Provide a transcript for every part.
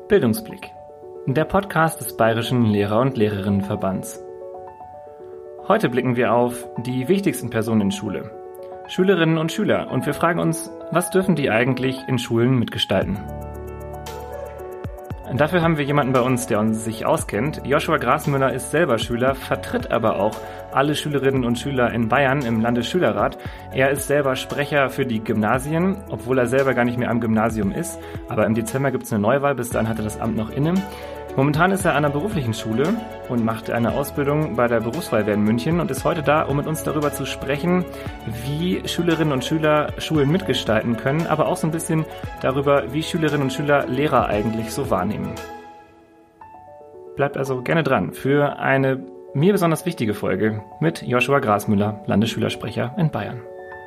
Bildungsblick, der Podcast des Bayerischen Lehrer- und Lehrerinnenverbands. Heute blicken wir auf die wichtigsten Personen in Schule, Schülerinnen und Schüler, und wir fragen uns, was dürfen die eigentlich in Schulen mitgestalten? Dafür haben wir jemanden bei uns, der sich auskennt. Joshua Grasmüller ist selber Schüler, vertritt aber auch alle Schülerinnen und Schüler in Bayern im Landesschülerrat. Er ist selber Sprecher für die Gymnasien, obwohl er selber gar nicht mehr am Gymnasium ist. Aber im Dezember gibt es eine Neuwahl, bis dahin hat er das Amt noch inne. Momentan ist er an einer beruflichen Schule und macht eine Ausbildung bei der Berufsfeuerwehr in München und ist heute da, um mit uns darüber zu sprechen, wie Schülerinnen und Schüler Schulen mitgestalten können, aber auch so ein bisschen darüber, wie Schülerinnen und Schüler Lehrer eigentlich so wahrnehmen. Bleibt also gerne dran für eine mir besonders wichtige Folge mit Joshua Grasmüller, Landesschülersprecher in Bayern.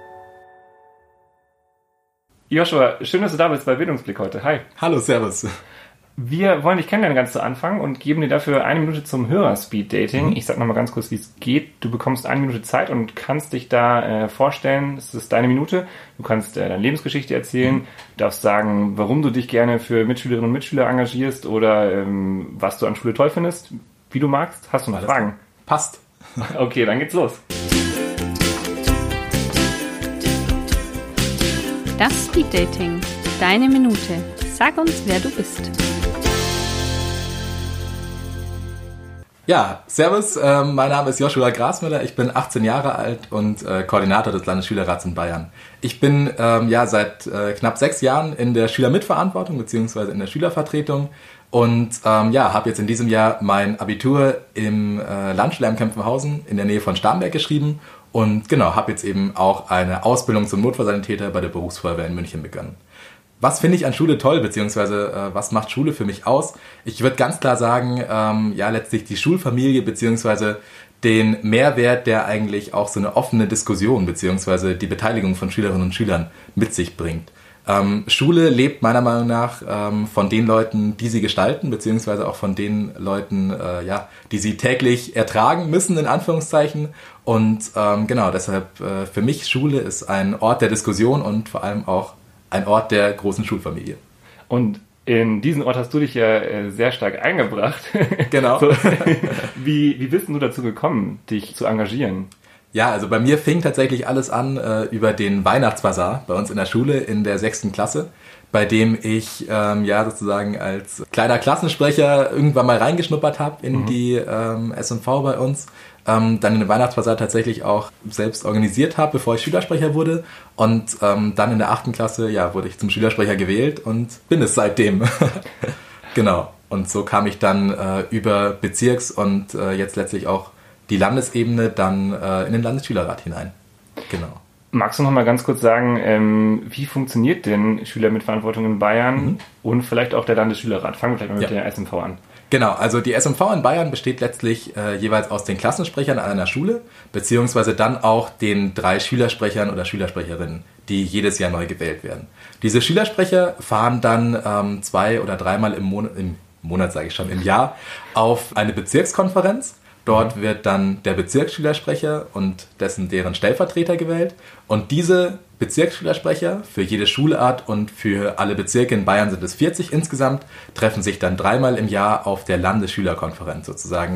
Joshua, schön, dass du da bist bei Bildungsblick heute. Hi. Hallo, servus. Wir wollen dich kennenlernen ganz zu Anfang und geben dir dafür 1 Minute zum Hörer-Speed-Dating. Ich sag nochmal ganz kurz, wie es geht. Du bekommst 1 Minute Zeit und kannst dich da vorstellen. Es ist deine Minute. Du kannst deine Lebensgeschichte erzählen. Du darfst sagen, warum du dich gerne für Mitschülerinnen und Mitschüler engagierst oder was du an Schule toll findest, wie du magst. Hast du noch Fragen? Passt. Okay, dann geht's los. Das Speed-Dating. Deine Minute. Sag uns, wer du bist. Ja, servus, mein Name ist Joshua Grasmüller, ich bin 18 Jahre alt und Koordinator des Landesschülerrats in Bayern. Ich bin seit knapp 6 Jahren in der Schülermitverantwortung bzw. in der Schülervertretung und habe jetzt in diesem Jahr mein Abitur im Landschule in Kempfenhausen in der Nähe von Starnberg geschrieben und genau, habe jetzt eben auch eine Ausbildung zum Notfallsanitäter bei der Berufsfeuerwehr in München begonnen. Was finde ich an Schule toll, beziehungsweise was macht Schule für mich aus? Ich würde ganz klar sagen, letztlich die Schulfamilie, beziehungsweise den Mehrwert, der eigentlich auch so eine offene Diskussion, beziehungsweise die Beteiligung von Schülerinnen und Schülern mit sich bringt. Schule lebt meiner Meinung nach von den Leuten, die sie gestalten, beziehungsweise auch von den Leuten, die sie täglich ertragen müssen, in Anführungszeichen. Und deshalb für mich Schule ist ein Ort der Diskussion und vor allem auch ein Ort der großen Schulfamilie. Und in diesen Ort hast du dich ja sehr stark eingebracht. Genau. So, wie bist du dazu gekommen, dich zu engagieren? Ja, also bei mir fing tatsächlich alles an über den Weihnachtsbasar bei uns in der Schule in der 6. Klasse, bei dem ich sozusagen als kleiner Klassensprecher irgendwann mal reingeschnuppert habe in die SMV bei uns. Dann den Weihnachtsbasar tatsächlich auch selbst organisiert habe, bevor ich Schülersprecher wurde. Und dann in der 8. Klasse wurde ich zum Schülersprecher gewählt und bin es seitdem. Genau. Und so kam ich dann über Bezirks- und jetzt letztlich auch die Landesebene dann in den Landesschülerrat hinein. Genau. Magst du noch mal ganz kurz sagen, wie funktioniert denn Schülermitverantwortung in Bayern und vielleicht auch der Landesschülerrat? Fangen wir vielleicht mal mit der SMV an. Genau, also die SMV in Bayern besteht letztlich jeweils aus den Klassensprechern einer Schule, beziehungsweise dann auch den 3 Schülersprechern oder Schülersprecherinnen, die jedes Jahr neu gewählt werden. Diese Schülersprecher fahren dann 2 oder 3-mal im Jahr auf eine Bezirkskonferenz. Dort wird dann der Bezirksschülersprecher und deren Stellvertreter gewählt. Und diese Bezirksschülersprecher für jede Schulart und für alle Bezirke in Bayern sind es 40 insgesamt, treffen sich dann 3-mal im Jahr auf der Landesschülerkonferenz, sozusagen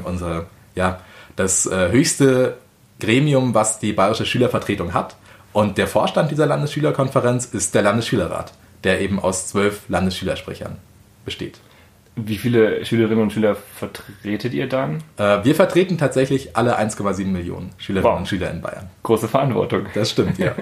das höchste Gremium, was die bayerische Schülervertretung hat. Und der Vorstand dieser Landesschülerkonferenz ist der Landesschülerrat, der eben aus 12 Landesschülersprechern besteht. Wie viele Schülerinnen und Schüler vertretet ihr dann? Wir vertreten tatsächlich alle 1,7 Millionen Schülerinnen und Schüler in Bayern. Große Verantwortung. Das stimmt, ja.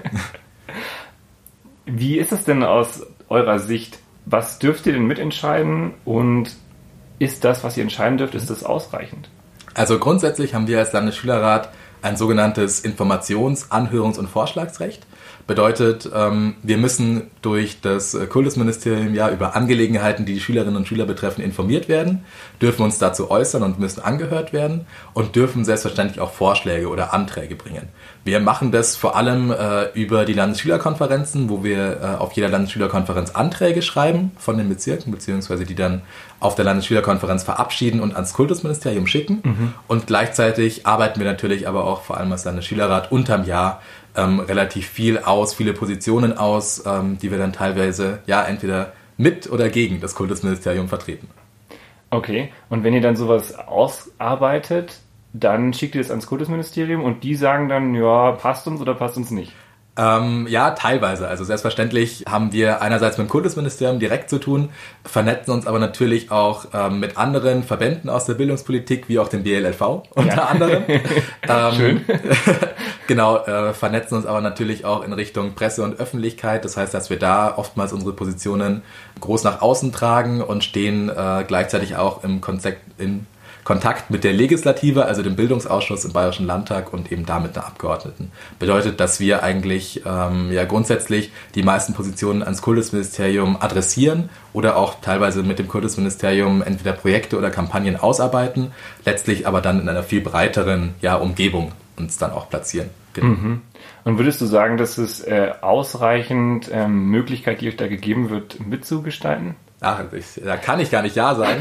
Wie ist es denn aus eurer Sicht? Was dürft ihr denn mitentscheiden? Und ist das, was ihr entscheiden dürft, ist das ausreichend? Also grundsätzlich haben wir als Landesschülerrat ein sogenanntes Informations-, Anhörungs- und Vorschlagsrecht. Bedeutet, wir müssen durch das Kultusministerium über Angelegenheiten, die die Schülerinnen und Schüler betreffen, informiert werden, dürfen uns dazu äußern und müssen angehört werden und dürfen selbstverständlich auch Vorschläge oder Anträge bringen. Wir machen das vor allem über die Landesschülerkonferenzen, wo wir auf jeder Landesschülerkonferenz Anträge schreiben von den Bezirken, beziehungsweise die dann auf der Landesschülerkonferenz verabschieden und ans Kultusministerium schicken. Und gleichzeitig arbeiten wir natürlich aber auch vor allem als Landesschülerrat unterm Jahr relativ viele Positionen aus, die wir dann teilweise entweder mit oder gegen das Kultusministerium vertreten. Okay, und wenn ihr dann sowas ausarbeitet, dann schickt ihr es ans Kultusministerium und die sagen dann, ja, passt uns oder passt uns nicht? Ja, teilweise. Also selbstverständlich haben wir einerseits mit dem Kultusministerium direkt zu tun, vernetzen uns aber natürlich auch mit anderen Verbänden aus der Bildungspolitik, wie auch dem BLLV unter anderem. Schön. Genau, vernetzen uns aber natürlich auch in Richtung Presse und Öffentlichkeit. Das heißt, dass wir da oftmals unsere Positionen groß nach außen tragen und stehen gleichzeitig auch in Kontakt mit der Legislative, also dem Bildungsausschuss im Bayerischen Landtag und eben damit der Abgeordneten. Bedeutet, dass wir eigentlich grundsätzlich die meisten Positionen ans Kultusministerium adressieren oder auch teilweise mit dem Kultusministerium entweder Projekte oder Kampagnen ausarbeiten, letztlich aber dann in einer viel breiteren Umgebung uns dann auch platzieren. Genau. Mhm. Und würdest du sagen, dass es ausreichend Möglichkeit, die euch da gegeben wird, mitzugestalten? Da kann ich gar nicht Ja sagen,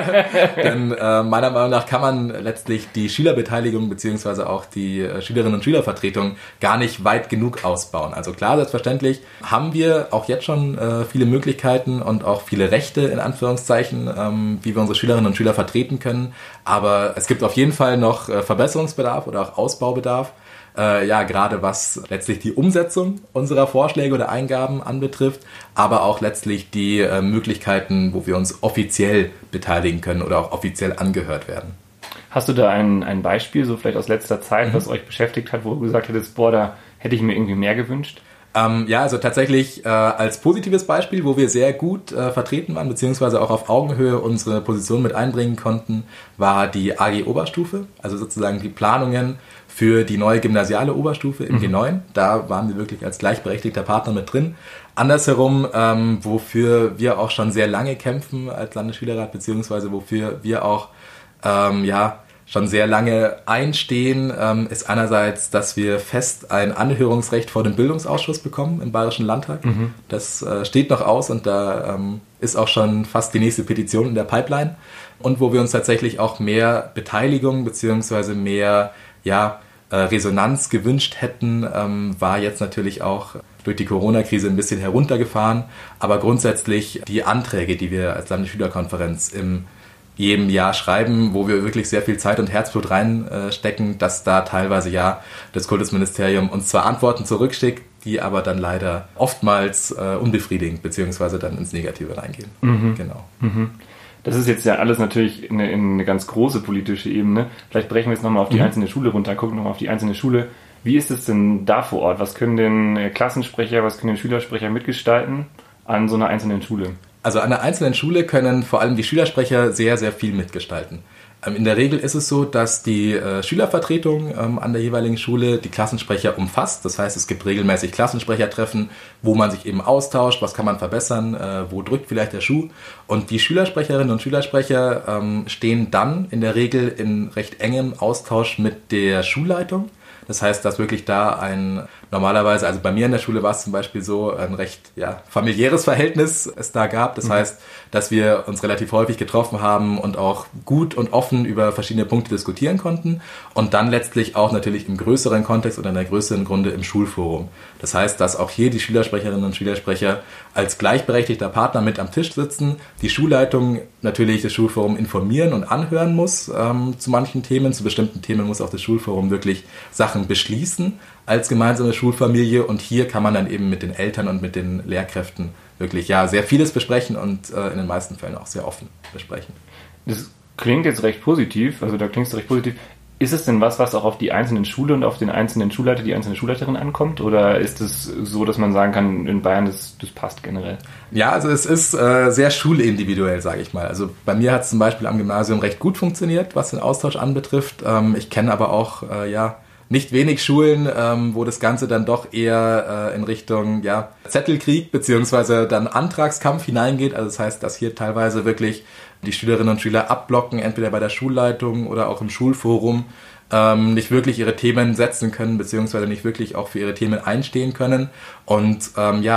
denn meiner Meinung nach kann man letztlich die Schülerbeteiligung beziehungsweise auch die Schülerinnen- und Schülervertretung gar nicht weit genug ausbauen. Also klar, selbstverständlich haben wir auch jetzt schon viele Möglichkeiten und auch viele Rechte in Anführungszeichen, wie wir unsere Schülerinnen und Schüler vertreten können, aber es gibt auf jeden Fall noch Verbesserungsbedarf oder auch Ausbaubedarf. Gerade was letztlich die Umsetzung unserer Vorschläge oder Eingaben anbetrifft, aber auch letztlich die Möglichkeiten, wo wir uns offiziell beteiligen können oder auch offiziell angehört werden. Hast du da ein Beispiel, so vielleicht aus letzter Zeit, was euch beschäftigt hat, wo du gesagt hättest, da hätte ich mir irgendwie mehr gewünscht? Also tatsächlich als positives Beispiel, wo wir sehr gut vertreten waren, beziehungsweise auch auf Augenhöhe unsere Position mit einbringen konnten, war die AG Oberstufe, also sozusagen die Planungen für die neue gymnasiale Oberstufe im G9. Da waren wir wirklich als gleichberechtigter Partner mit drin. Andersherum, wofür wir auch schon sehr lange kämpfen als Landesschülerrat, beziehungsweise wofür wir auch schon sehr lange einstehen, ist einerseits, dass wir fest ein Anhörungsrecht vor dem Bildungsausschuss bekommen im Bayerischen Landtag. Das steht noch aus und da ist auch schon fast die nächste Petition in der Pipeline. Und wo wir uns tatsächlich auch mehr Beteiligung beziehungsweise mehr Resonanz gewünscht hätten, war jetzt natürlich auch durch die Corona-Krise ein bisschen heruntergefahren. Aber grundsätzlich die Anträge, die wir als Landesschülerkonferenz in jedem Jahr schreiben, wo wir wirklich sehr viel Zeit und Herzblut reinstecken, dass da teilweise das Kultusministerium uns zwar Antworten zurückschickt, die aber dann leider oftmals unbefriedigend beziehungsweise dann ins Negative reingehen. Genau. Das ist jetzt ja alles natürlich eine ganz große politische Ebene. Vielleicht brechen wir jetzt nochmal auf die einzelne Schule runter, gucken nochmal auf die einzelne Schule. Wie ist es denn da vor Ort? Was können denn Klassensprecher, was können denn Schülersprecher mitgestalten an so einer einzelnen Schule? Also an einer einzelnen Schule können vor allem die Schülersprecher sehr, sehr viel mitgestalten. In der Regel ist es so, dass die Schülervertretung an der jeweiligen Schule die Klassensprecher umfasst. Das heißt, es gibt regelmäßig Klassensprechertreffen, wo man sich eben austauscht, was kann man verbessern, wo drückt vielleicht der Schuh. Und die Schülersprecherinnen und Schülersprecher stehen dann in der Regel in recht engem Austausch mit der Schulleitung. Das heißt, dass wirklich da normalerweise, also bei mir in der Schule war es zum Beispiel so, ein recht familiäres Verhältnis es da gab. Das heißt, dass wir uns relativ häufig getroffen haben und auch gut und offen über verschiedene Punkte diskutieren konnten und dann letztlich auch natürlich im größeren Kontext oder in der größeren Runde im Schulforum. Das heißt, dass auch hier die Schülersprecherinnen und Schülersprecher als gleichberechtigter Partner mit am Tisch sitzen, die Schulleitung natürlich das Schulforum informieren und anhören muss zu manchen Themen. Zu bestimmten Themen muss auch das Schulforum wirklich Sachen beschließen als gemeinsame Schulfamilie und hier kann man dann eben mit den Eltern und mit den Lehrkräften wirklich sehr vieles besprechen und in den meisten Fällen auch sehr offen besprechen. Das klingt jetzt recht positiv, also da klingst du recht positiv. Ist es denn was auch auf die einzelnen Schule und auf den einzelnen Schulleiter, die einzelne Schulleiterin ankommt? Oder ist es so, dass man sagen kann, in Bayern, das passt generell? Ja, also es ist sehr schulindividuell, sage ich mal. Also bei mir hat es zum Beispiel am Gymnasium recht gut funktioniert, was den Austausch anbetrifft. Ich kenne aber auch, nicht wenig Schulen, wo das Ganze dann doch eher in Richtung Zettelkrieg beziehungsweise dann Antragskampf hineingeht. Also das heißt, dass hier teilweise wirklich die Schülerinnen und Schüler abblocken, entweder bei der Schulleitung oder auch im Schulforum, nicht wirklich ihre Themen setzen können, beziehungsweise nicht wirklich auch für ihre Themen einstehen können. Und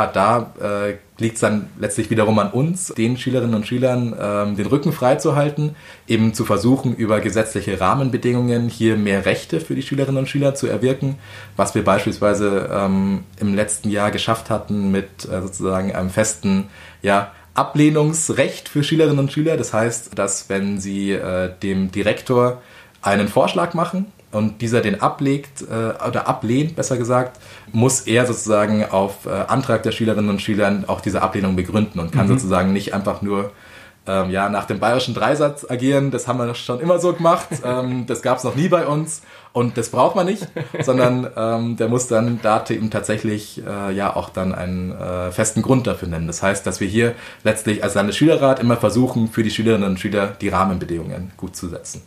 da liegt es dann letztlich wiederum an uns, den Schülerinnen und Schülern den Rücken freizuhalten, eben zu versuchen, über gesetzliche Rahmenbedingungen hier mehr Rechte für die Schülerinnen und Schüler zu erwirken, was wir beispielsweise im letzten Jahr geschafft hatten mit sozusagen einem festen Ablehnungsrecht für Schülerinnen und Schüler. Das heißt, dass wenn sie dem Direktor einen Vorschlag machen und dieser den ablegt oder ablehnt, besser gesagt, muss er sozusagen auf Antrag der Schülerinnen und Schüler auch diese Ablehnung begründen und kann sozusagen nicht einfach nur nach dem bayerischen Dreisatz agieren. Das haben wir schon immer so gemacht. Das gab es noch nie bei uns und das braucht man nicht, sondern der muss dann eben tatsächlich auch dann einen festen Grund dafür nennen. Das heißt, dass wir hier letztlich als Landesschülerrat immer versuchen, für die Schülerinnen und Schüler die Rahmenbedingungen gut zu setzen.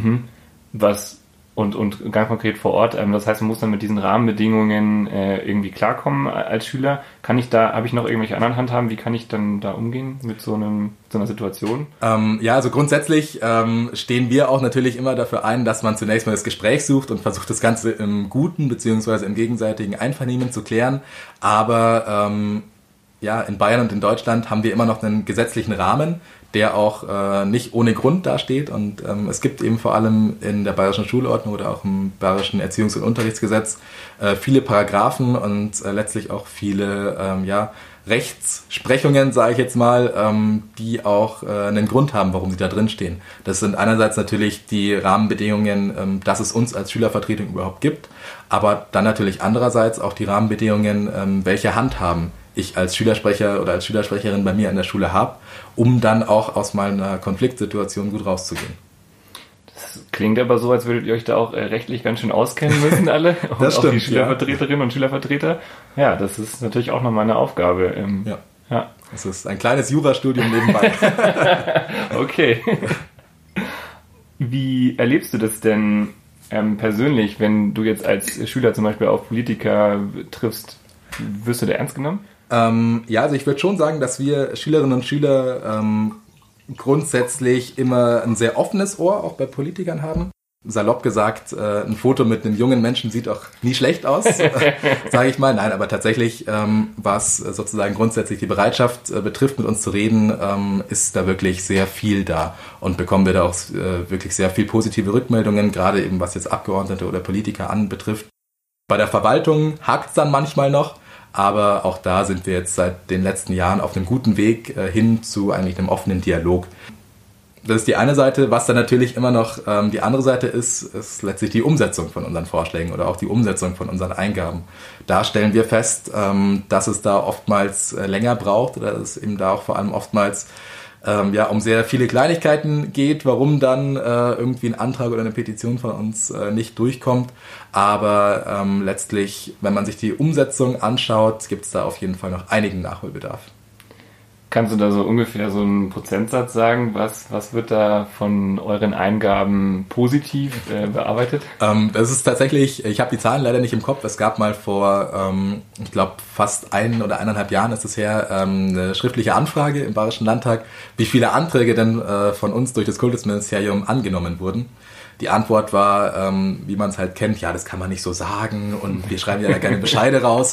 Und ganz konkret vor Ort, das heißt, man muss dann mit diesen Rahmenbedingungen irgendwie klarkommen als Schüler. Habe ich noch irgendwelche anderen Handhaben? Wie kann ich dann da umgehen mit so einer Situation? Also grundsätzlich stehen wir auch natürlich immer dafür ein, dass man zunächst mal das Gespräch sucht und versucht, das Ganze im guten bzw. im gegenseitigen Einvernehmen zu klären. Aber in Bayern und in Deutschland haben wir immer noch einen gesetzlichen Rahmen, der auch nicht ohne Grund dasteht. Und es gibt eben vor allem in der bayerischen Schulordnung oder auch im bayerischen Erziehungs- und Unterrichtsgesetz viele Paragraphen und letztlich auch viele Rechtsprechungen, sage ich jetzt mal, die auch einen Grund haben, warum sie da drin stehen. Das sind einerseits natürlich die Rahmenbedingungen, dass es uns als Schülervertretung überhaupt gibt, aber dann natürlich andererseits auch die Rahmenbedingungen, welche Handhaben ich als Schülersprecher oder als Schülersprecherin bei mir in der Schule habe, um dann auch aus meiner Konfliktsituation gut rauszugehen. Das klingt aber so, als würdet ihr euch da auch rechtlich ganz schön auskennen müssen alle. Und das stimmt, auch die Schülervertreterinnen und Schülervertreter. Ja, das ist natürlich auch nochmal eine Aufgabe. Ja. Das ist ein kleines Jurastudium nebenbei. Okay. Wie erlebst du das denn persönlich, wenn du jetzt als Schüler zum Beispiel auf Politiker triffst? Wirst du da ernst genommen? Also ich würde schon sagen, dass wir Schülerinnen und Schüler grundsätzlich immer ein sehr offenes Ohr auch bei Politikern haben. Salopp gesagt, ein Foto mit einem jungen Menschen sieht auch nie schlecht aus, sage ich mal. Nein, aber tatsächlich, was sozusagen grundsätzlich die Bereitschaft betrifft, mit uns zu reden, ist da wirklich sehr viel da. Und bekommen wir da auch wirklich sehr viel positive Rückmeldungen, gerade eben was jetzt Abgeordnete oder Politiker anbetrifft. Bei der Verwaltung hakt es dann manchmal noch, aber auch da sind wir jetzt seit den letzten Jahren auf einem guten Weg hin zu eigentlich einem offenen Dialog. Das ist die eine Seite. Was dann natürlich immer noch die andere Seite ist letztlich die Umsetzung von unseren Vorschlägen oder auch die Umsetzung von unseren Eingaben. Da stellen wir fest, dass es da oftmals länger braucht oder dass es eben da auch vor allem oftmals um sehr viele Kleinigkeiten geht, warum dann irgendwie ein Antrag oder eine Petition von uns nicht durchkommt. Aber letztlich, wenn man sich die Umsetzung anschaut, gibt es da auf jeden Fall noch einigen Nachholbedarf. Kannst du da so ungefähr so einen Prozentsatz sagen? Was wird da von euren Eingaben positiv bearbeitet? Das ist tatsächlich, ich habe die Zahlen leider nicht im Kopf. Es gab mal vor, ich glaube, fast 1 oder 1,5 Jahren ist es her, eine schriftliche Anfrage im Bayerischen Landtag, wie viele Anträge denn von uns durch das Kultusministerium angenommen wurden. Die Antwort war, wie man es halt kennt, ja, das kann man nicht so sagen und wir schreiben ja keine Bescheide raus.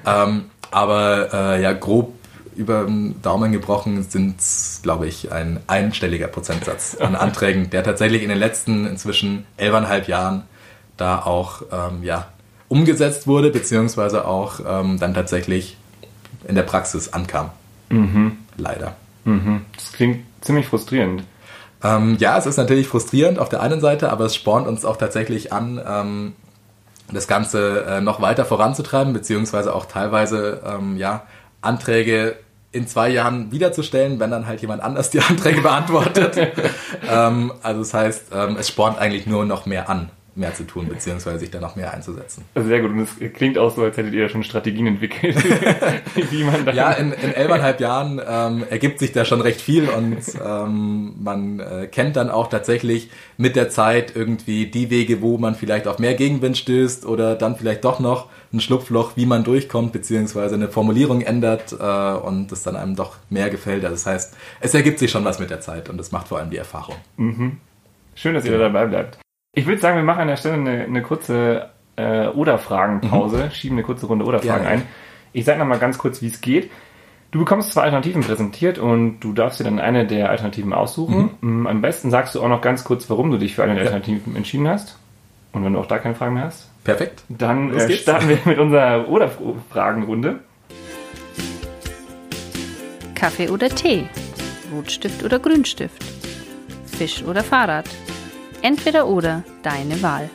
Aber grob über den Daumen gebrochen sind es, glaube ich, ein einstelliger Prozentsatz an Anträgen, der tatsächlich in den letzten inzwischen 11,5 Jahren da auch umgesetzt wurde, beziehungsweise auch dann tatsächlich in der Praxis ankam. Leider. Das klingt ziemlich frustrierend. Es ist natürlich frustrierend auf der einen Seite, aber es spornt uns auch tatsächlich an, das Ganze noch weiter voranzutreiben, beziehungsweise auch teilweise Anträge in 2 Jahren wiederzustellen, wenn dann halt jemand anders die Anträge beantwortet. Also das heißt, es spornt eigentlich nur noch mehr an, mehr zu tun, beziehungsweise sich da noch mehr einzusetzen. Sehr gut, und es klingt auch so, als hättet ihr schon Strategien entwickelt, wie man dann... Ja, in 11,5 Jahren ergibt sich da schon recht viel und man kennt dann auch tatsächlich mit der Zeit irgendwie die Wege, wo man vielleicht auf mehr Gegenwind stößt oder dann vielleicht doch noch ein Schlupfloch, wie man durchkommt, beziehungsweise eine Formulierung ändert und es dann einem doch mehr gefällt. Also das heißt, es ergibt sich schon was mit der Zeit und das macht vor allem die Erfahrung. Schön, dass ihr da dabei bleibt. Ich würde sagen, wir machen an der Stelle eine kurze Oder-Fragen-Pause, schieben eine kurze Runde Oder-Fragen ein. Ich sage nochmal ganz kurz, wie es geht. Du bekommst 2 Alternativen präsentiert und du darfst dir dann eine der Alternativen aussuchen. Am besten sagst du auch noch ganz kurz, warum du dich für eine der Alternativen entschieden hast. Und wenn du auch da keine Fragen mehr hast. Perfekt. Dann starten wir mit unserer Oder-Fragen-Runde. Kaffee oder Tee? Rotstift oder Grünstift? Fisch oder Fahrrad? Entweder oder, deine Wahl.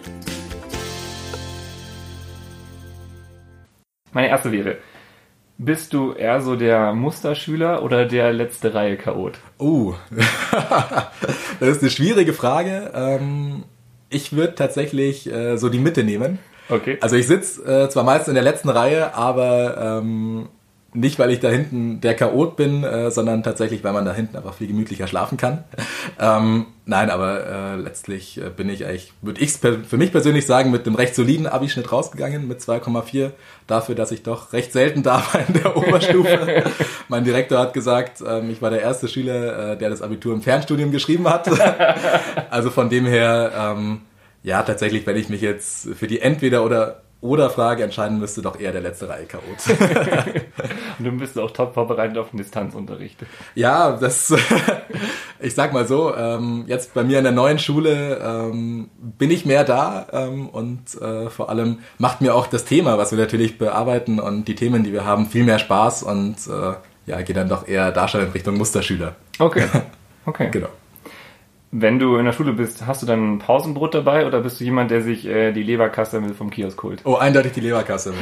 Meine erste wäre, bist du eher so der Musterschüler oder der letzte Reihe Chaot? Das ist eine schwierige Frage. Ich würde tatsächlich so die Mitte nehmen. Okay. Also ich sitze zwar meist in der letzten Reihe, aber nicht, weil ich da hinten der Chaot bin, sondern tatsächlich, weil man da hinten einfach viel gemütlicher schlafen kann. Nein, aber letztlich bin ich eigentlich, würde ich es für mich persönlich sagen, mit einem recht soliden Abischnitt rausgegangen, mit 2,4, dafür, dass ich doch recht selten da war in der Oberstufe. Mein Direktor hat gesagt, ich war der erste Schüler, der das Abitur im Fernstudium geschrieben hat. Also von dem her, ja, tatsächlich, wenn ich mich jetzt für die Entweder-oder-Frage entscheiden müsste, doch eher der letzte Reihe Chaot. Und du bist auch top vorbereitet auf den Distanzunterricht. Ja, ich sag mal so, jetzt bei mir in der neuen Schule bin ich mehr da und vor allem macht mir auch das Thema, was wir natürlich bearbeiten und die Themen, die wir haben, viel mehr Spaß und gehe dann doch eher da schon in Richtung Musterschüler. Okay. Genau. Wenn du in der Schule bist, hast du dann ein Pausenbrot dabei oder bist du jemand, der sich die Leberkassemmel vom Kiosk holt? Oh, eindeutig die Leberkassemmel.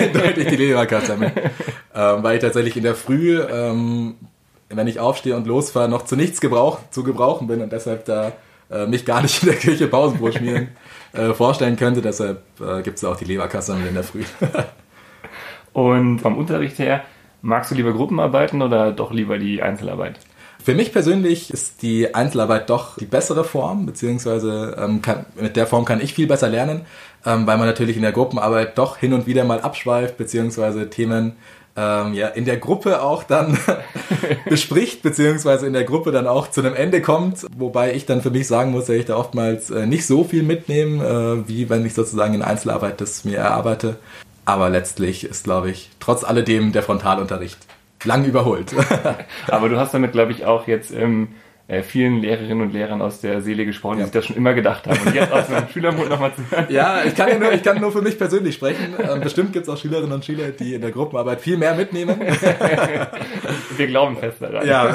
Weil ich tatsächlich in der Früh, wenn ich aufstehe und losfahre, noch zu nichts zu gebrauchen bin und deshalb da mich gar nicht in der Küche Pausenbrot schmieren vorstellen könnte. Deshalb gibt es auch die Leberkassemmel in der Früh. Und vom Unterricht her, magst du lieber Gruppenarbeiten oder doch lieber die Einzelarbeit? Für mich persönlich ist die Einzelarbeit doch die bessere Form, beziehungsweise mit der Form kann ich viel besser lernen, weil man natürlich in der Gruppenarbeit doch hin und wieder mal abschweift, beziehungsweise Themen in der Gruppe auch dann bespricht, beziehungsweise in der Gruppe dann auch zu einem Ende kommt, wobei ich dann für mich sagen muss, dass ich da oftmals nicht so viel mitnehme, wie wenn ich sozusagen in Einzelarbeit das mir erarbeite. Aber letztlich ist, glaube ich, trotz alledem der Frontalunterricht lang überholt. Aber du hast damit, glaube ich, auch jetzt vielen Lehrerinnen und Lehrern aus der Seele gesprochen, die sich das schon immer gedacht haben. Und jetzt aus einem Schülermund nochmal zu hören. Ja, ich kann nur für mich persönlich sprechen. Bestimmt gibt es auch Schülerinnen und Schüler, die in der Gruppenarbeit viel mehr mitnehmen. Wir glauben fest daran. Ja.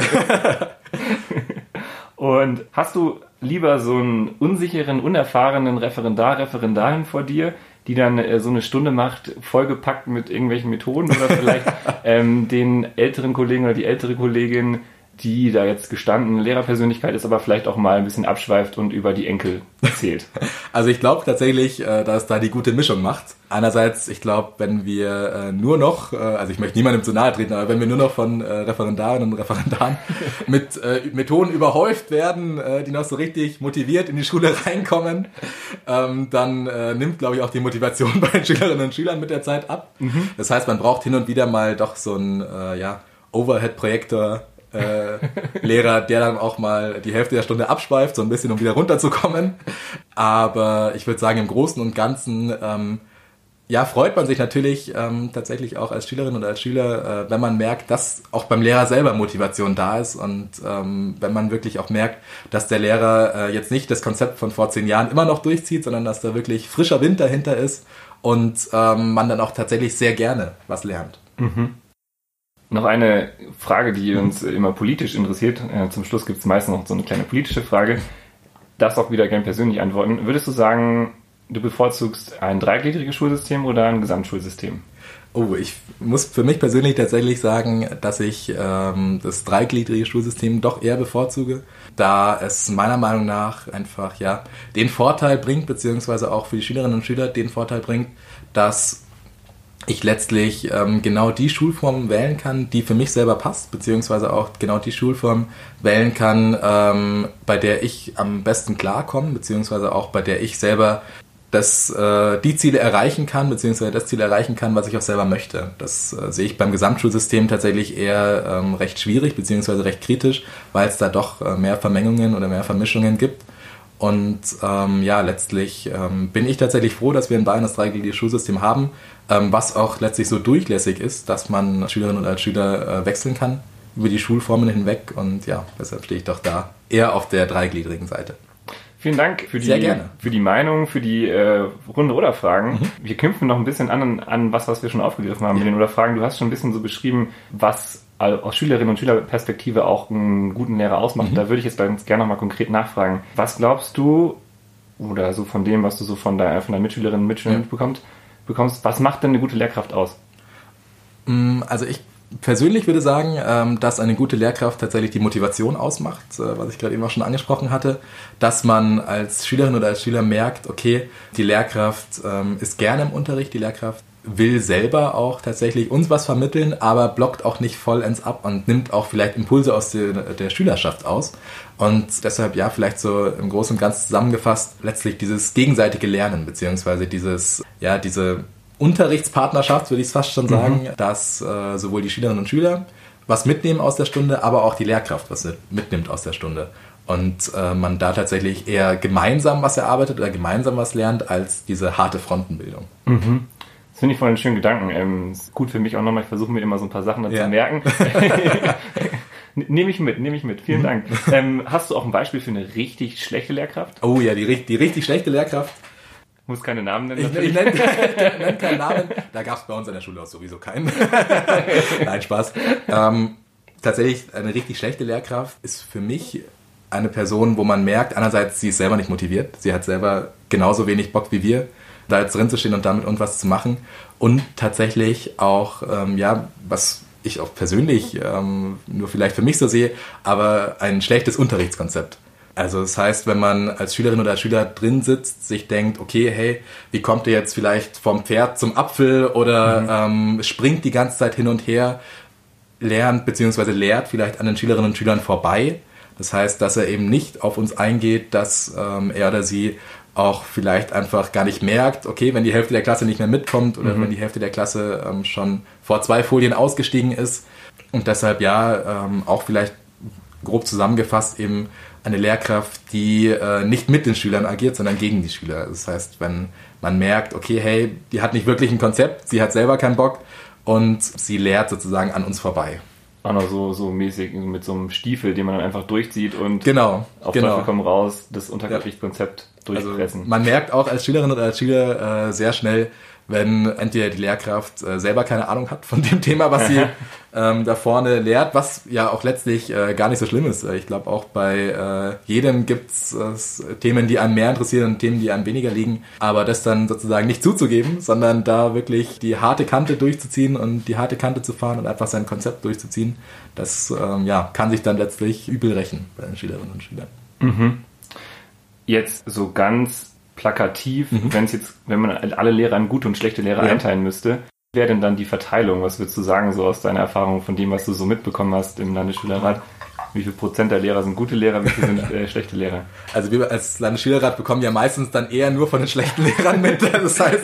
Und hast du lieber so einen unsicheren, unerfahrenen Referendarin vor dir, die dann so eine Stunde macht, vollgepackt mit irgendwelchen Methoden oder vielleicht den älteren Kollegen oder die ältere Kollegin, die da jetzt gestandene Lehrerpersönlichkeit ist, aber vielleicht auch mal ein bisschen abschweift und über die Enkel erzählt? Also ich glaube tatsächlich, dass da die gute Mischung macht. Einerseits, ich glaube, wenn wir nur noch, also ich möchte niemandem zu nahe treten, aber wenn wir nur noch von Referendarinnen und Referendaren mit Methoden überhäuft werden, die noch so richtig motiviert in die Schule reinkommen, dann nimmt, glaube ich, auch die Motivation bei den Schülerinnen und Schülern mit der Zeit ab. Mhm. Das heißt, man braucht hin und wieder mal doch so einen Overhead-Projektor, Lehrer, der dann auch mal die Hälfte der Stunde abschweift, so ein bisschen, um wieder runterzukommen. Aber ich würde sagen, im Großen und Ganzen freut man sich natürlich tatsächlich auch als Schülerin oder als Schüler, wenn man merkt, dass auch beim Lehrer selber Motivation da ist und wenn man wirklich auch merkt, dass der Lehrer jetzt nicht das Konzept von vor 10 Jahren immer noch durchzieht, sondern dass da wirklich frischer Wind dahinter ist und man dann auch tatsächlich sehr gerne was lernt. Mhm. Noch eine Frage, die uns immer politisch interessiert. Zum Schluss gibt es meistens noch so eine kleine politische Frage. Darfst auch wieder gerne persönlich antworten. Würdest du sagen, du bevorzugst ein dreigliedriges Schulsystem oder ein Gesamtschulsystem? Oh, ich muss für mich persönlich tatsächlich sagen, dass ich das dreigliedrige Schulsystem doch eher bevorzuge, da es meiner Meinung nach einfach den Vorteil bringt, beziehungsweise auch für die Schülerinnen und Schüler den Vorteil bringt, dass ich letztlich genau die Schulform wählen kann, die für mich selber passt, beziehungsweise auch genau die Schulform wählen kann, bei der ich am besten klarkomme, beziehungsweise auch bei der ich selber die Ziele erreichen kann, beziehungsweise das Ziel erreichen kann, was ich auch selber möchte. Das sehe ich beim Gesamtschulsystem tatsächlich eher recht schwierig, beziehungsweise recht kritisch, weil es da doch mehr Vermengungen oder mehr Vermischungen gibt. Und letztlich bin ich tatsächlich froh, dass wir in Bayern das dreigliedrige Schulsystem haben, was auch letztlich so durchlässig ist, dass man als Schülerin oder als Schüler wechseln kann über die Schulformen hinweg. Und deshalb stehe ich doch da eher auf der dreigliedrigen Seite. Vielen Dank für die Meinung, für die Runde-Oder-Fragen. Mhm. Wir knüpfen noch ein bisschen an was wir schon aufgegriffen haben mit den Oder-Fragen. Du hast schon ein bisschen so beschrieben, was aus Schülerinnen und Schülerperspektive auch einen guten Lehrer ausmacht. Da würde ich jetzt ganz gerne nochmal konkret nachfragen. Was glaubst du, oder so von dem, was du so von deinen Mitschülerinnen und Mitschülern bekommst, was macht denn eine gute Lehrkraft aus? Also ich persönlich würde sagen, dass eine gute Lehrkraft tatsächlich die Motivation ausmacht, was ich gerade eben auch schon angesprochen hatte, dass man als Schülerin oder als Schüler merkt, okay, die Lehrkraft ist gerne im Unterricht, die Lehrkraft will selber auch tatsächlich uns was vermitteln, aber blockt auch nicht vollends ab und nimmt auch vielleicht Impulse aus der Schülerschaft aus. Und deshalb vielleicht so im Großen und Ganzen zusammengefasst letztlich dieses gegenseitige Lernen, beziehungsweise diese Unterrichtspartnerschaft, würde ich es fast schon sagen, dass sowohl die Schülerinnen und Schüler was mitnehmen aus der Stunde, aber auch die Lehrkraft was mitnimmt aus der Stunde. Und man da tatsächlich eher gemeinsam was erarbeitet oder gemeinsam was lernt, als diese harte Frontenbildung. Das finde ich voll einen schönen Gedanken. Ist gut für mich auch nochmal, ich versuche mir immer so ein paar Sachen zu merken. Nehme ich mit. Vielen Dank. Hast du auch ein Beispiel für eine richtig schlechte Lehrkraft? Oh ja, die richtig schlechte Lehrkraft. Muss keine Namen nennen. Ich nenne keinen Namen. Da gab es bei uns in der Schule auch sowieso keinen. Nein, Spaß. Tatsächlich eine richtig schlechte Lehrkraft ist für mich eine Person, wo man merkt, einerseits, sie ist selber nicht motiviert. Sie hat selber genauso wenig Bock wie wir, da jetzt drin zu stehen und damit irgendwas zu machen. Und tatsächlich auch, was ich auch persönlich nur vielleicht für mich so sehe, aber ein schlechtes Unterrichtskonzept. Also das heißt, wenn man als Schülerin oder als Schüler drin sitzt, sich denkt, okay, hey, wie kommt ihr jetzt vielleicht vom Pferd zum Apfel oder springt die ganze Zeit hin und her, lernt bzw. lehrt vielleicht an den Schülerinnen und Schülern vorbei. Das heißt, dass er eben nicht auf uns eingeht, dass er oder sie auch vielleicht einfach gar nicht merkt, okay, wenn die Hälfte der Klasse nicht mehr mitkommt oder wenn die Hälfte der Klasse schon vor 2 Folien ausgestiegen ist und deshalb auch vielleicht grob zusammengefasst eben eine Lehrkraft, die nicht mit den Schülern agiert, sondern gegen die Schüler. Das heißt, wenn man merkt, okay, hey, die hat nicht wirklich ein Konzept, sie hat selber keinen Bock und sie lehrt sozusagen an uns vorbei. Auch noch so mäßig mit so einem Stiefel, den man dann einfach durchzieht und auf Teufel komm raus, das Unterrichtskonzept durchpressen. Also man merkt auch als Schülerin oder als Schüler sehr schnell, wenn entweder die Lehrkraft selber keine Ahnung hat von dem Thema, was sie da vorne lehrt, was ja auch letztlich gar nicht so schlimm ist. Ich glaube, auch bei jedem gibt es Themen, die einem mehr interessieren und Themen, die einem weniger liegen. Aber das dann sozusagen nicht zuzugeben, sondern da wirklich die harte Kante durchzuziehen und die harte Kante zu fahren und einfach sein Konzept durchzuziehen, das kann sich dann letztlich übel rächen bei den Schülerinnen und Schülern. Jetzt so ganz plakativ, wenn man alle Lehrer in gute und schlechte Lehrer einteilen müsste, wie wäre denn dann die Verteilung? Was würdest du sagen, so aus deiner Erfahrung von dem, was du so mitbekommen hast im Landesschülerrat? Wie viel Prozent der Lehrer sind gute Lehrer, wie viel sind schlechte Lehrer? Also wir als Landesschülerrat bekommen ja meistens dann eher nur von den schlechten Lehrern mit. Das heißt,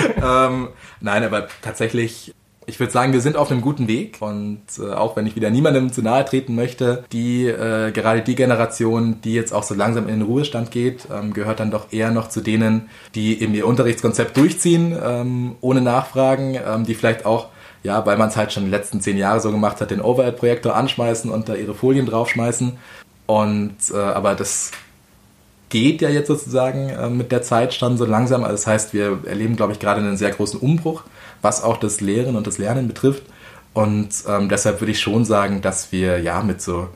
nein, aber tatsächlich, ich würde sagen, wir sind auf einem guten Weg und auch wenn ich wieder niemandem zu nahe treten möchte, gerade die Generation, die jetzt auch so langsam in den Ruhestand geht, gehört dann doch eher noch zu denen, die eben ihr Unterrichtskonzept durchziehen, ohne Nachfragen, die vielleicht auch, weil man es halt schon die letzten 10 Jahre so gemacht hat, den Overhead-Projektor anschmeißen und da ihre Folien draufschmeißen und aber das geht ja jetzt sozusagen mit der Zeit schon so langsam. Also das heißt, wir erleben, glaube ich, gerade einen sehr großen Umbruch, was auch das Lehren und das Lernen betrifft. Und deshalb würde ich schon sagen, dass wir mit so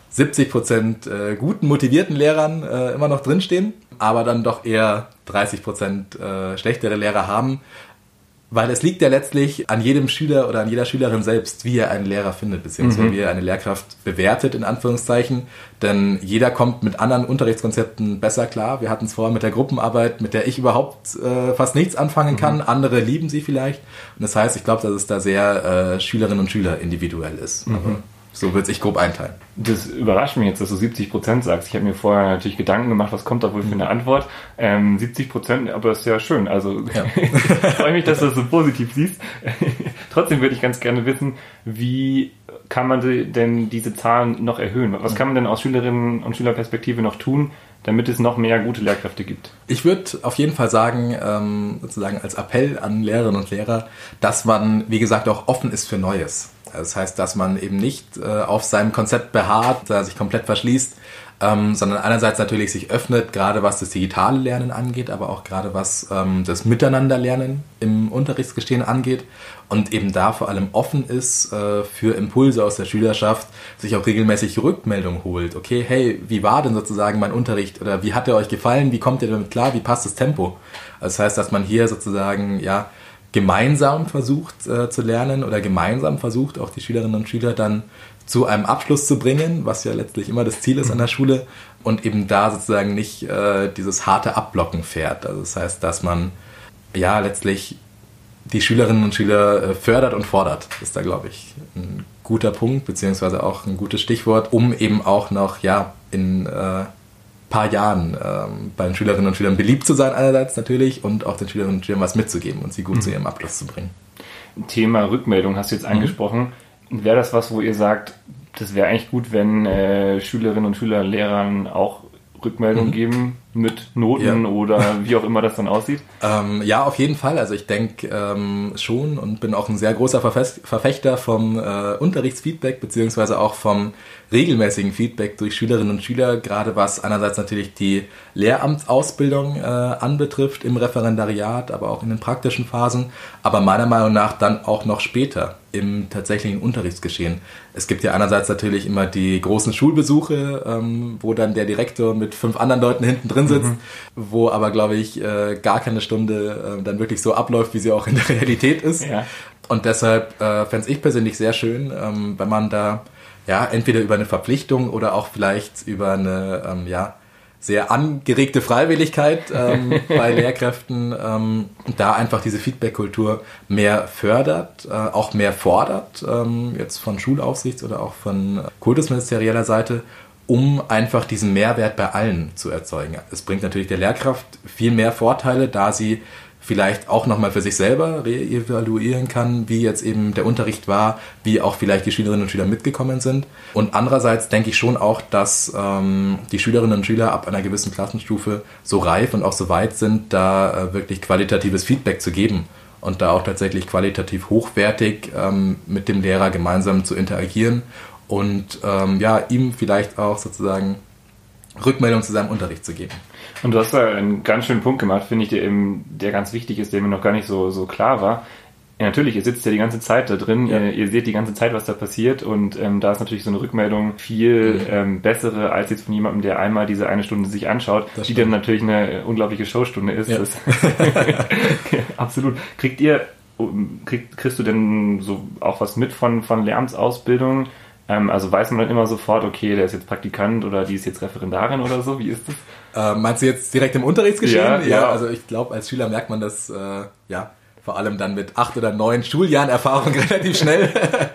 70% guten, motivierten Lehrern immer noch drinstehen, aber dann doch eher 30% schlechtere Lehrer haben. Weil es liegt ja letztlich an jedem Schüler oder an jeder Schülerin selbst, wie er einen Lehrer findet, beziehungsweise wie er eine Lehrkraft bewertet, in Anführungszeichen. Denn jeder kommt mit anderen Unterrichtskonzepten besser klar. Wir hatten es vorher mit der Gruppenarbeit, mit der ich überhaupt fast nichts anfangen kann. Andere lieben sie vielleicht. Und das heißt, ich glaube, dass es da sehr Schülerinnen und Schüler individuell ist. Aber so würde ich grob einteilen. Das überrascht mich jetzt, dass du 70% sagst. Ich habe mir vorher natürlich Gedanken gemacht, was kommt da wohl für eine Antwort. 70%, aber das ist ja schön. Also ich freue mich, dass du das so positiv siehst. Trotzdem würde ich ganz gerne wissen, wie kann man denn diese Zahlen noch erhöhen? Was kann man denn aus Schülerinnen und Schülerperspektive noch tun, damit es noch mehr gute Lehrkräfte gibt? Ich würde auf jeden Fall sagen, sozusagen als Appell an Lehrerinnen und Lehrer, dass man, wie gesagt, auch offen ist für Neues. Das heißt, dass man eben nicht auf seinem Konzept beharrt, sich komplett verschließt, sondern einerseits natürlich sich öffnet, gerade was das digitale Lernen angeht, aber auch gerade was das Miteinanderlernen im Unterrichtsgeschehen angeht und eben da vor allem offen ist für Impulse aus der Schülerschaft, sich auch regelmäßig Rückmeldung holt. Okay, hey, wie war denn sozusagen mein Unterricht oder wie hat er euch gefallen, wie kommt ihr damit klar, wie passt das Tempo? Das heißt, dass man hier sozusagen gemeinsam versucht zu lernen oder gemeinsam versucht, auch die Schülerinnen und Schüler dann zu einem Abschluss zu bringen, was ja letztlich immer das Ziel ist an der Schule und eben da sozusagen nicht dieses harte Abblocken fährt. Also das heißt, dass man letztlich die Schülerinnen und Schüler fördert und fordert. Das ist da, glaube ich, ein guter Punkt, beziehungsweise auch ein gutes Stichwort, um eben auch noch in paar Jahren bei den Schülerinnen und Schülern beliebt zu sein einerseits natürlich und auch den Schülerinnen und Schülern was mitzugeben und sie gut zu ihrem Abschluss zu bringen. Thema Rückmeldung hast du jetzt angesprochen. Wäre das was, wo ihr sagt, das wäre eigentlich gut, wenn Schülerinnen und Schüler Lehrern auch Rückmeldung geben mit Noten oder wie auch immer das dann aussieht? Ja, auf jeden Fall. Also ich denke schon und bin auch ein sehr großer Verfechter vom Unterrichtsfeedback beziehungsweise auch vom regelmäßigen Feedback durch Schülerinnen und Schüler, gerade was einerseits natürlich die Lehramtsausbildung anbetrifft im Referendariat, aber auch in den praktischen Phasen, aber meiner Meinung nach dann auch noch später im tatsächlichen Unterrichtsgeschehen. Es gibt ja einerseits natürlich immer die großen Schulbesuche, wo dann der Direktor mit 5 anderen Leuten hinten drin sitzt, wo aber, glaube ich, gar keine Stunde dann wirklich so abläuft, wie sie auch in der Realität ist. Ja. Und deshalb fände ich persönlich sehr schön, wenn man da entweder über eine Verpflichtung oder auch vielleicht über eine sehr angeregte Freiwilligkeit bei Lehrkräften da einfach diese Feedback-Kultur mehr fördert, auch mehr fordert, jetzt von Schulaufsichts- oder auch von kultusministerieller Seite, um einfach diesen Mehrwert bei allen zu erzeugen. Es bringt natürlich der Lehrkraft viel mehr Vorteile, da sie vielleicht auch nochmal für sich selber reevaluieren kann, wie jetzt eben der Unterricht war, wie auch vielleicht die Schülerinnen und Schüler mitgekommen sind. Und andererseits denke ich schon auch, dass die Schülerinnen und Schüler ab einer gewissen Klassenstufe so reif und auch so weit sind, da wirklich qualitatives Feedback zu geben und da auch tatsächlich qualitativ hochwertig mit dem Lehrer gemeinsam zu interagieren und ihm vielleicht auch sozusagen Rückmeldung zu seinem Unterricht zu geben. Und du hast da einen ganz schönen Punkt gemacht, finde ich, der ganz wichtig ist, der mir noch gar nicht so klar war. Ja, natürlich, ihr sitzt ja die ganze Zeit da drin, ihr seht die ganze Zeit, was da passiert und da ist natürlich so eine Rückmeldung viel bessere als jetzt von jemandem, der einmal diese eine Stunde sich anschaut, die dann natürlich eine unglaubliche Showstunde ist. Ja. Absolut. Kriegst du denn so auch was mit von Lehramtsausbildung? Also weiß man dann immer sofort, okay, der ist jetzt Praktikant oder die ist jetzt Referendarin oder so, wie ist das? Meinst du jetzt direkt im Unterrichtsgeschehen? Ja, also ich glaube, als Schüler merkt man das, vor allem dann mit 8 oder 9 Schuljahren Erfahrung relativ schnell,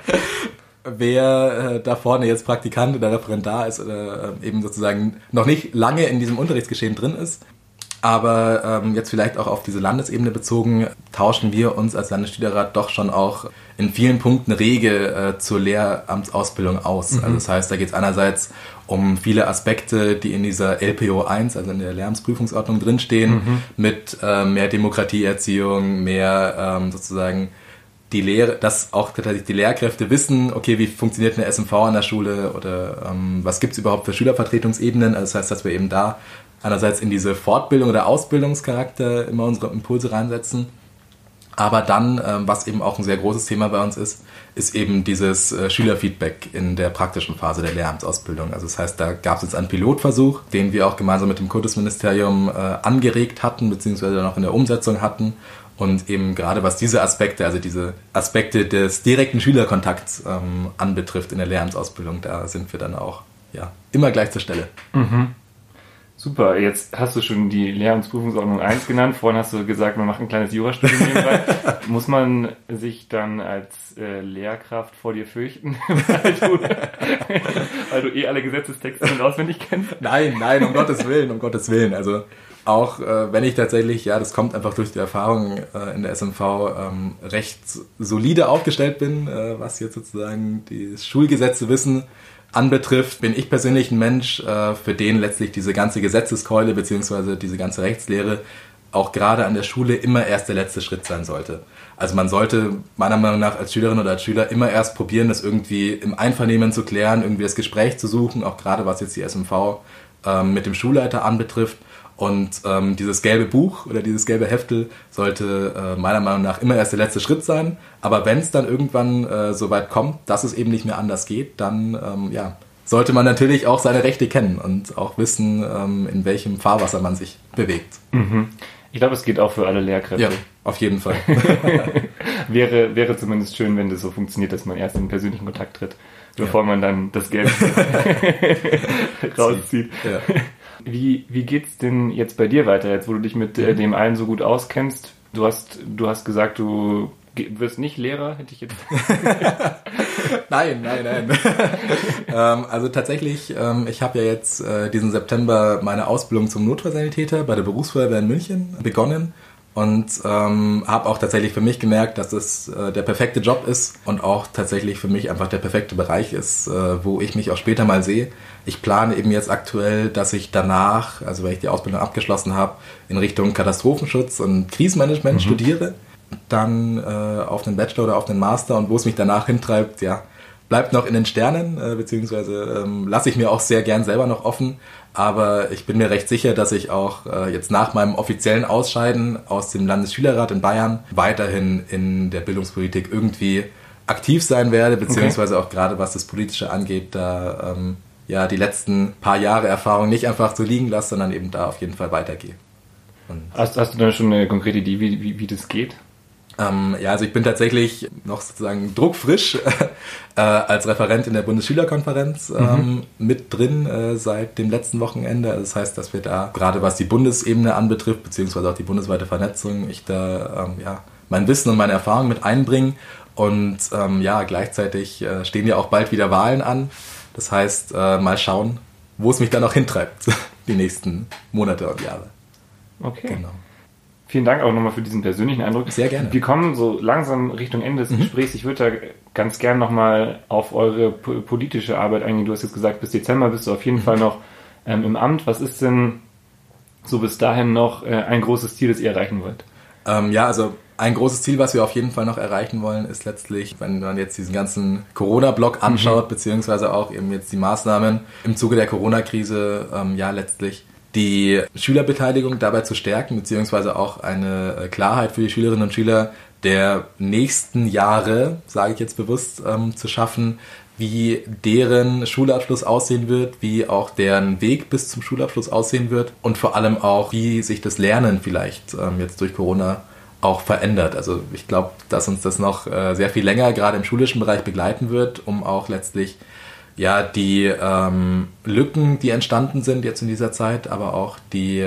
wer da vorne jetzt Praktikant oder Referendar ist oder eben sozusagen noch nicht lange in diesem Unterrichtsgeschehen drin ist. Aber jetzt vielleicht auch auf diese Landesebene bezogen, tauschen wir uns als Landesschülerrat doch schon auch in vielen Punkten rege zur Lehramtsausbildung aus. Also das heißt, da geht es einerseits um viele Aspekte, die in dieser LPO 1, also in der Lehramtsprüfungsordnung drinstehen, mit mehr Demokratieerziehung, mehr sozusagen die Lehre, dass auch tatsächlich die Lehrkräfte wissen, okay, wie funktioniert eine SMV an der Schule oder was gibt es überhaupt für Schülervertretungsebenen. Also das heißt, dass wir eben da einerseits in diese Fortbildung oder Ausbildungscharakter immer unsere Impulse reinsetzen. Aber dann, was eben auch ein sehr großes Thema bei uns ist eben dieses Schülerfeedback in der praktischen Phase der Lehramtsausbildung. Also das heißt, da gab es jetzt einen Pilotversuch, den wir auch gemeinsam mit dem Kultusministerium angeregt hatten, beziehungsweise noch in der Umsetzung hatten. Und eben gerade was diese Aspekte, also diese Aspekte des direkten Schülerkontakts anbetrifft in der Lehramtsausbildung, da sind wir dann auch immer gleich zur Stelle. Super, jetzt hast du schon die Lehramtsprüfungsordnung 1 genannt. Vorhin hast du gesagt, man macht ein kleines Jurastudium nebenbei. Muss man sich dann als Lehrkraft vor dir fürchten, weil du alle Gesetzestexte und auswendig kennst? Nein, um Gottes Willen. Also auch wenn ich tatsächlich, das kommt einfach durch die Erfahrung in der SMV, recht solide aufgestellt bin, was jetzt sozusagen die Schulgesetze anbetrifft, bin ich persönlich ein Mensch, für den letztlich diese ganze Gesetzeskeule bzw. diese ganze Rechtslehre auch gerade an der Schule immer erst der letzte Schritt sein sollte. Also man sollte meiner Meinung nach als Schülerin oder als Schüler immer erst probieren, das irgendwie im Einvernehmen zu klären, irgendwie das Gespräch zu suchen, auch gerade was jetzt die SMV mit dem Schulleiter anbetrifft. Und dieses gelbe Buch oder dieses gelbe Heftel sollte meiner Meinung nach immer erst der letzte Schritt sein. Aber wenn es dann irgendwann so weit kommt, dass es eben nicht mehr anders geht, dann sollte man natürlich auch seine Rechte kennen und auch wissen, in welchem Fahrwasser man sich bewegt. Mhm. Ich glaube, es geht auch für alle Lehrkräfte. Ja, auf jeden Fall. wäre zumindest schön, wenn das so funktioniert, dass man erst in persönlichen Kontakt tritt, bevor man dann das Gelbe rauszieht. Ja. Wie geht's denn jetzt bei dir weiter, jetzt wo du dich mit dem allen so gut auskennst? Du hast gesagt, du wirst nicht Lehrer, hätte ich jetzt... Nein. Also tatsächlich, ich habe ja jetzt diesen September meine Ausbildung zum Notfallsanitäter bei der Berufsfeuerwehr in München begonnen und habe auch tatsächlich für mich gemerkt, dass es der perfekte Job ist und auch tatsächlich für mich einfach der perfekte Bereich ist, wo ich mich auch später mal sehe. Ich plane eben jetzt aktuell, dass ich danach, also wenn ich die Ausbildung abgeschlossen habe, in Richtung Katastrophenschutz und Krisenmanagement studiere, dann auf den Bachelor oder auf den Master, und wo es mich danach hintreibt, ja, bleibt noch in den Sternen, beziehungsweise lasse ich mir auch sehr gern selber noch offen, aber ich bin mir recht sicher, dass ich auch jetzt nach meinem offiziellen Ausscheiden aus dem Landesschülerrat in Bayern weiterhin in der Bildungspolitik irgendwie aktiv sein werde, beziehungsweise auch gerade was das Politische angeht, da die letzten paar Jahre Erfahrung nicht einfach so liegen lasse, sondern eben da auf jeden Fall weitergehe. Hast du dann schon eine konkrete Idee, wie das geht? Also ich bin tatsächlich noch sozusagen druckfrisch als Referent in der Bundesschülerkonferenz mit drin seit dem letzten Wochenende. Das heißt, dass wir da, gerade was die Bundesebene anbetrifft, beziehungsweise auch die bundesweite Vernetzung, ich da mein Wissen und meine Erfahrung mit einbringe. Und gleichzeitig stehen ja auch bald wieder Wahlen an. Das heißt, mal schauen, wo es mich dann auch hintreibt, die nächsten Monate und Jahre. Okay. Genau. Vielen Dank auch nochmal für diesen persönlichen Eindruck. Sehr gerne. Wir kommen so langsam Richtung Ende des Gesprächs. Ich würde da ganz gern nochmal auf eure politische Arbeit eingehen. Du hast jetzt gesagt, bis Dezember bist du auf jeden Fall noch im Amt. Was ist denn so bis dahin noch ein großes Ziel, das ihr erreichen wollt? Also ein großes Ziel, was wir auf jeden Fall noch erreichen wollen, ist letztlich, wenn man jetzt diesen ganzen Corona-Block anschaut, beziehungsweise auch eben jetzt die Maßnahmen im Zuge der Corona-Krise, letztlich die Schülerbeteiligung dabei zu stärken, beziehungsweise auch eine Klarheit für die Schülerinnen und Schüler der nächsten Jahre, sage ich jetzt bewusst, zu schaffen, wie deren Schulabschluss aussehen wird, wie auch deren Weg bis zum Schulabschluss aussehen wird und vor allem auch, wie sich das Lernen vielleicht jetzt durch Corona auch verändert. Also ich glaube, dass uns das noch sehr viel länger gerade im schulischen Bereich begleiten wird, um auch letztlich die Lücken, die entstanden sind jetzt in dieser Zeit, aber auch die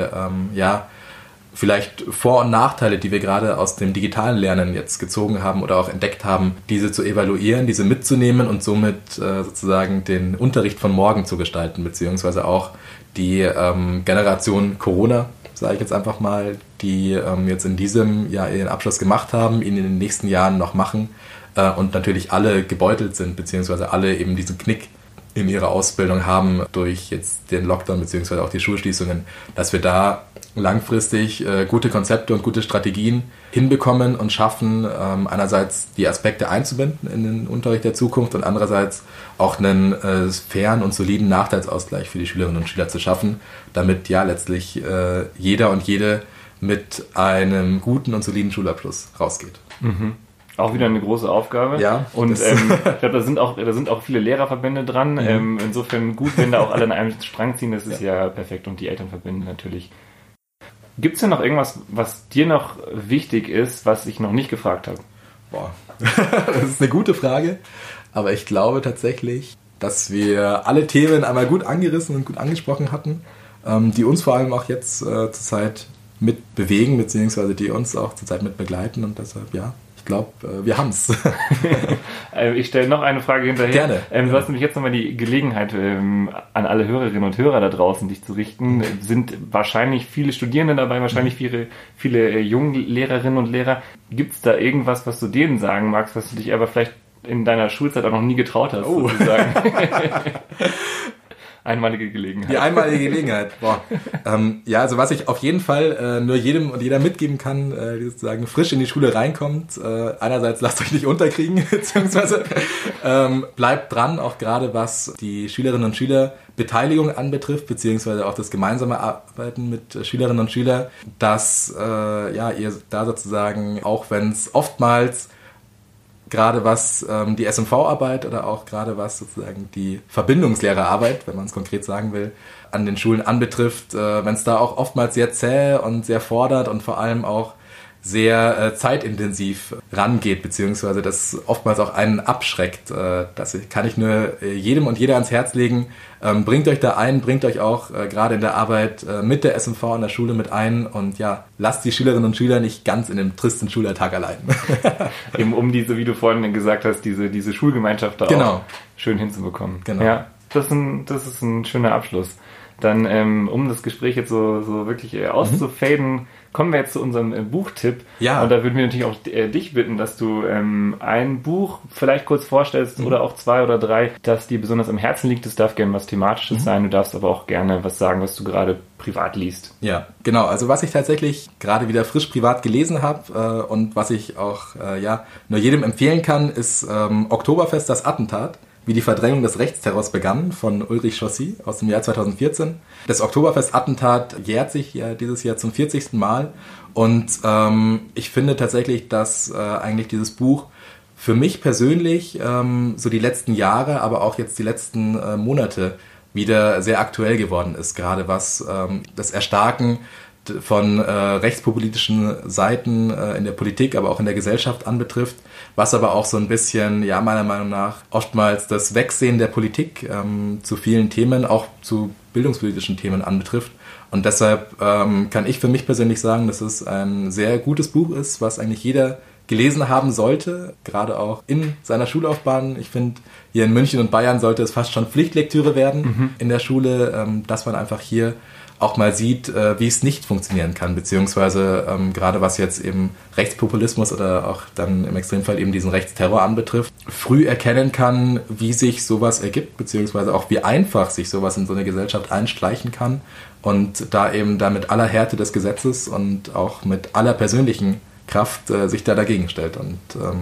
vielleicht Vor- und Nachteile, die wir gerade aus dem digitalen Lernen jetzt gezogen haben oder auch entdeckt haben, diese zu evaluieren, diese mitzunehmen und somit sozusagen den Unterricht von morgen zu gestalten, beziehungsweise auch die Generation Corona, sage ich jetzt einfach mal, die jetzt in diesem Jahr ihren Abschluss gemacht haben, ihn in den nächsten Jahren noch machen und natürlich alle gebeutelt sind, beziehungsweise alle eben diesen Knick in ihrer Ausbildung haben durch jetzt den Lockdown beziehungsweise auch die Schulschließungen, dass wir da langfristig gute Konzepte und gute Strategien hinbekommen und schaffen, einerseits die Aspekte einzubinden in den Unterricht der Zukunft und andererseits auch einen fairen und soliden Nachteilsausgleich für die Schülerinnen und Schüler zu schaffen, damit letztlich jeder und jede mit einem guten und soliden Schulabschluss rausgeht. Mhm. Auch wieder eine große Aufgabe. Ja. Und ich glaube, da sind auch viele Lehrerverbände dran. Insofern gut, wenn da auch alle an einem Strang ziehen, das ist ja perfekt. Und die Elternverbände natürlich. Gibt es denn noch irgendwas, was dir noch wichtig ist, was ich noch nicht gefragt habe? Das ist eine gute Frage. Aber ich glaube tatsächlich, dass wir alle Themen einmal gut angerissen und gut angesprochen hatten, die uns vor allem auch jetzt zur Zeit mit bewegen, beziehungsweise die uns auch zur Zeit mit begleiten. Und deshalb, ich glaube, wir haben's. Ich stelle noch eine Frage hinterher. Gerne. Du hast nämlich jetzt nochmal die Gelegenheit, an alle Hörerinnen und Hörer da draußen dich zu richten. Sind wahrscheinlich viele Studierende dabei, wahrscheinlich viele junge Lehrerinnen und Lehrer. Gibt es da irgendwas, was du denen sagen magst, was du dich aber vielleicht in deiner Schulzeit auch noch nie getraut hast, sozusagen? Einmalige Gelegenheit. Die einmalige Gelegenheit. Boah. Ja, also was ich auf jeden Fall nur jedem und jeder mitgeben kann, die sozusagen frisch in die Schule reinkommt, einerseits lasst euch nicht unterkriegen, beziehungsweise bleibt dran, auch gerade was die Schülerinnen und Schüler Beteiligung anbetrifft, beziehungsweise auch das gemeinsame Arbeiten mit Schülerinnen und Schülern, dass ihr da sozusagen, auch wenn es oftmals gerade was die SMV-Arbeit oder auch gerade was sozusagen die Verbindungslehrerarbeit, wenn man es konkret sagen will, an den Schulen anbetrifft, wenn es da auch oftmals sehr zäh und sehr fordert und vor allem auch sehr zeitintensiv rangeht, beziehungsweise das oftmals auch einen abschreckt. Das kann ich nur jedem und jeder ans Herz legen. Bringt euch da ein, bringt euch auch gerade in der Arbeit mit der SMV an der Schule mit ein und ja, lasst die Schülerinnen und Schüler nicht ganz in dem tristen Schulalltag allein. Eben um diese, wie du vorhin gesagt hast, diese Schulgemeinschaft da auch schön hinzubekommen. Genau. Ja, das ist ein schöner Abschluss. Dann, um das Gespräch jetzt so wirklich auszufaden, kommen wir jetzt zu unserem Buchtipp. Ja. Und da würden wir natürlich auch dich bitten, dass du ein Buch vielleicht kurz vorstellst oder auch 2 oder 3, das dir besonders am Herzen liegt. Das darf gerne was Thematisches sein. Du darfst aber auch gerne was sagen, was du gerade privat liest. Ja, genau. Also was ich tatsächlich gerade wieder frisch privat gelesen habe und was ich auch nur jedem empfehlen kann, ist Oktoberfest, das Attentat. Wie die Verdrängung des Rechtsterrors begann, von Ulrich Chaussy aus dem Jahr 2014. Das Oktoberfest-Attentat jährt sich ja dieses Jahr zum 40. Mal und ich finde tatsächlich, dass eigentlich dieses Buch für mich persönlich so die letzten Jahre, aber auch jetzt die letzten Monate wieder sehr aktuell geworden ist, gerade was das Erstarken von rechtspopulistischen Seiten in der Politik, aber auch in der Gesellschaft anbetrifft, was aber auch so ein bisschen, ja, meiner Meinung nach, oftmals das Wegsehen der Politik zu vielen Themen, auch zu bildungspolitischen Themen anbetrifft. Und deshalb kann ich für mich persönlich sagen, dass es ein sehr gutes Buch ist, was eigentlich jeder gelesen haben sollte, gerade auch in seiner Schullaufbahn. Ich finde, hier in München und Bayern sollte es fast schon Pflichtlektüre werden in der Schule, dass man einfach hier auch mal sieht, wie es nicht funktionieren kann, beziehungsweise gerade was jetzt eben Rechtspopulismus oder auch dann im Extremfall eben diesen Rechtsterror anbetrifft, früh erkennen kann, wie sich sowas ergibt, beziehungsweise auch wie einfach sich sowas in so eine Gesellschaft einschleichen kann und da eben da mit aller Härte des Gesetzes und auch mit aller persönlichen Kraft sich da dagegen stellt und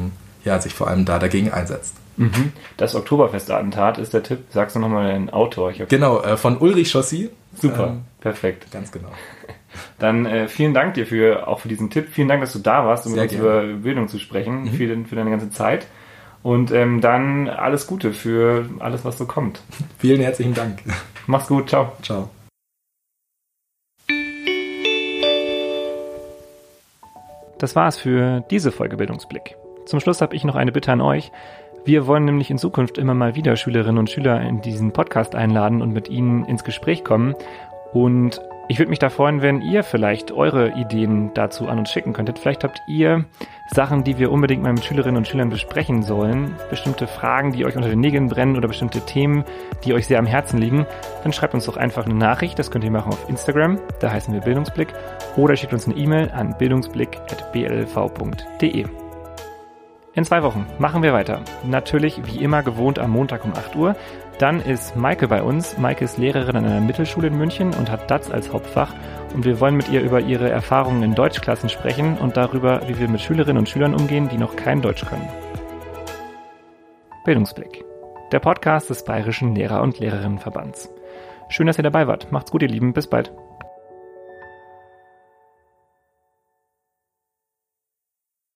sich vor allem da dagegen einsetzt. Das Oktoberfest-Attentat ist der Tipp. Sagst du nochmal den Autor? Genau, von Ulrich Chaussy. Super, perfekt. Ganz genau. Dann vielen Dank dir auch für diesen Tipp. Vielen Dank, dass du da warst, um mit uns über Bildung zu sprechen, für deine ganze Zeit. Und dann alles Gute für alles, was so kommt. Vielen herzlichen Dank. Mach's gut, ciao. Ciao. Das war's für diese Folge Bildungsblick. Zum Schluss habe ich noch eine Bitte an euch. Wir wollen nämlich in Zukunft immer mal wieder Schülerinnen und Schüler in diesen Podcast einladen und mit ihnen ins Gespräch kommen. Und ich würde mich da freuen, wenn ihr vielleicht eure Ideen dazu an uns schicken könntet. Vielleicht habt ihr Sachen, die wir unbedingt mal mit Schülerinnen und Schülern besprechen sollen, bestimmte Fragen, die euch unter den Nägeln brennen oder bestimmte Themen, die euch sehr am Herzen liegen. Dann schreibt uns doch einfach eine Nachricht. Das könnt ihr machen auf Instagram, da heißen wir Bildungsblick. Oder schickt uns eine E-Mail an bildungsblick@blv.de. In 2 Wochen machen wir weiter. Natürlich wie immer gewohnt am Montag um 8 Uhr. Dann ist Maike bei uns. Maike ist Lehrerin an einer Mittelschule in München und hat DaZ als Hauptfach. Und wir wollen mit ihr über ihre Erfahrungen in Deutschklassen sprechen und darüber, wie wir mit Schülerinnen und Schülern umgehen, die noch kein Deutsch können. Bildungsblick. Der Podcast des Bayerischen Lehrer- und Lehrerinnenverbands. Schön, dass ihr dabei wart. Macht's gut, ihr Lieben. Bis bald.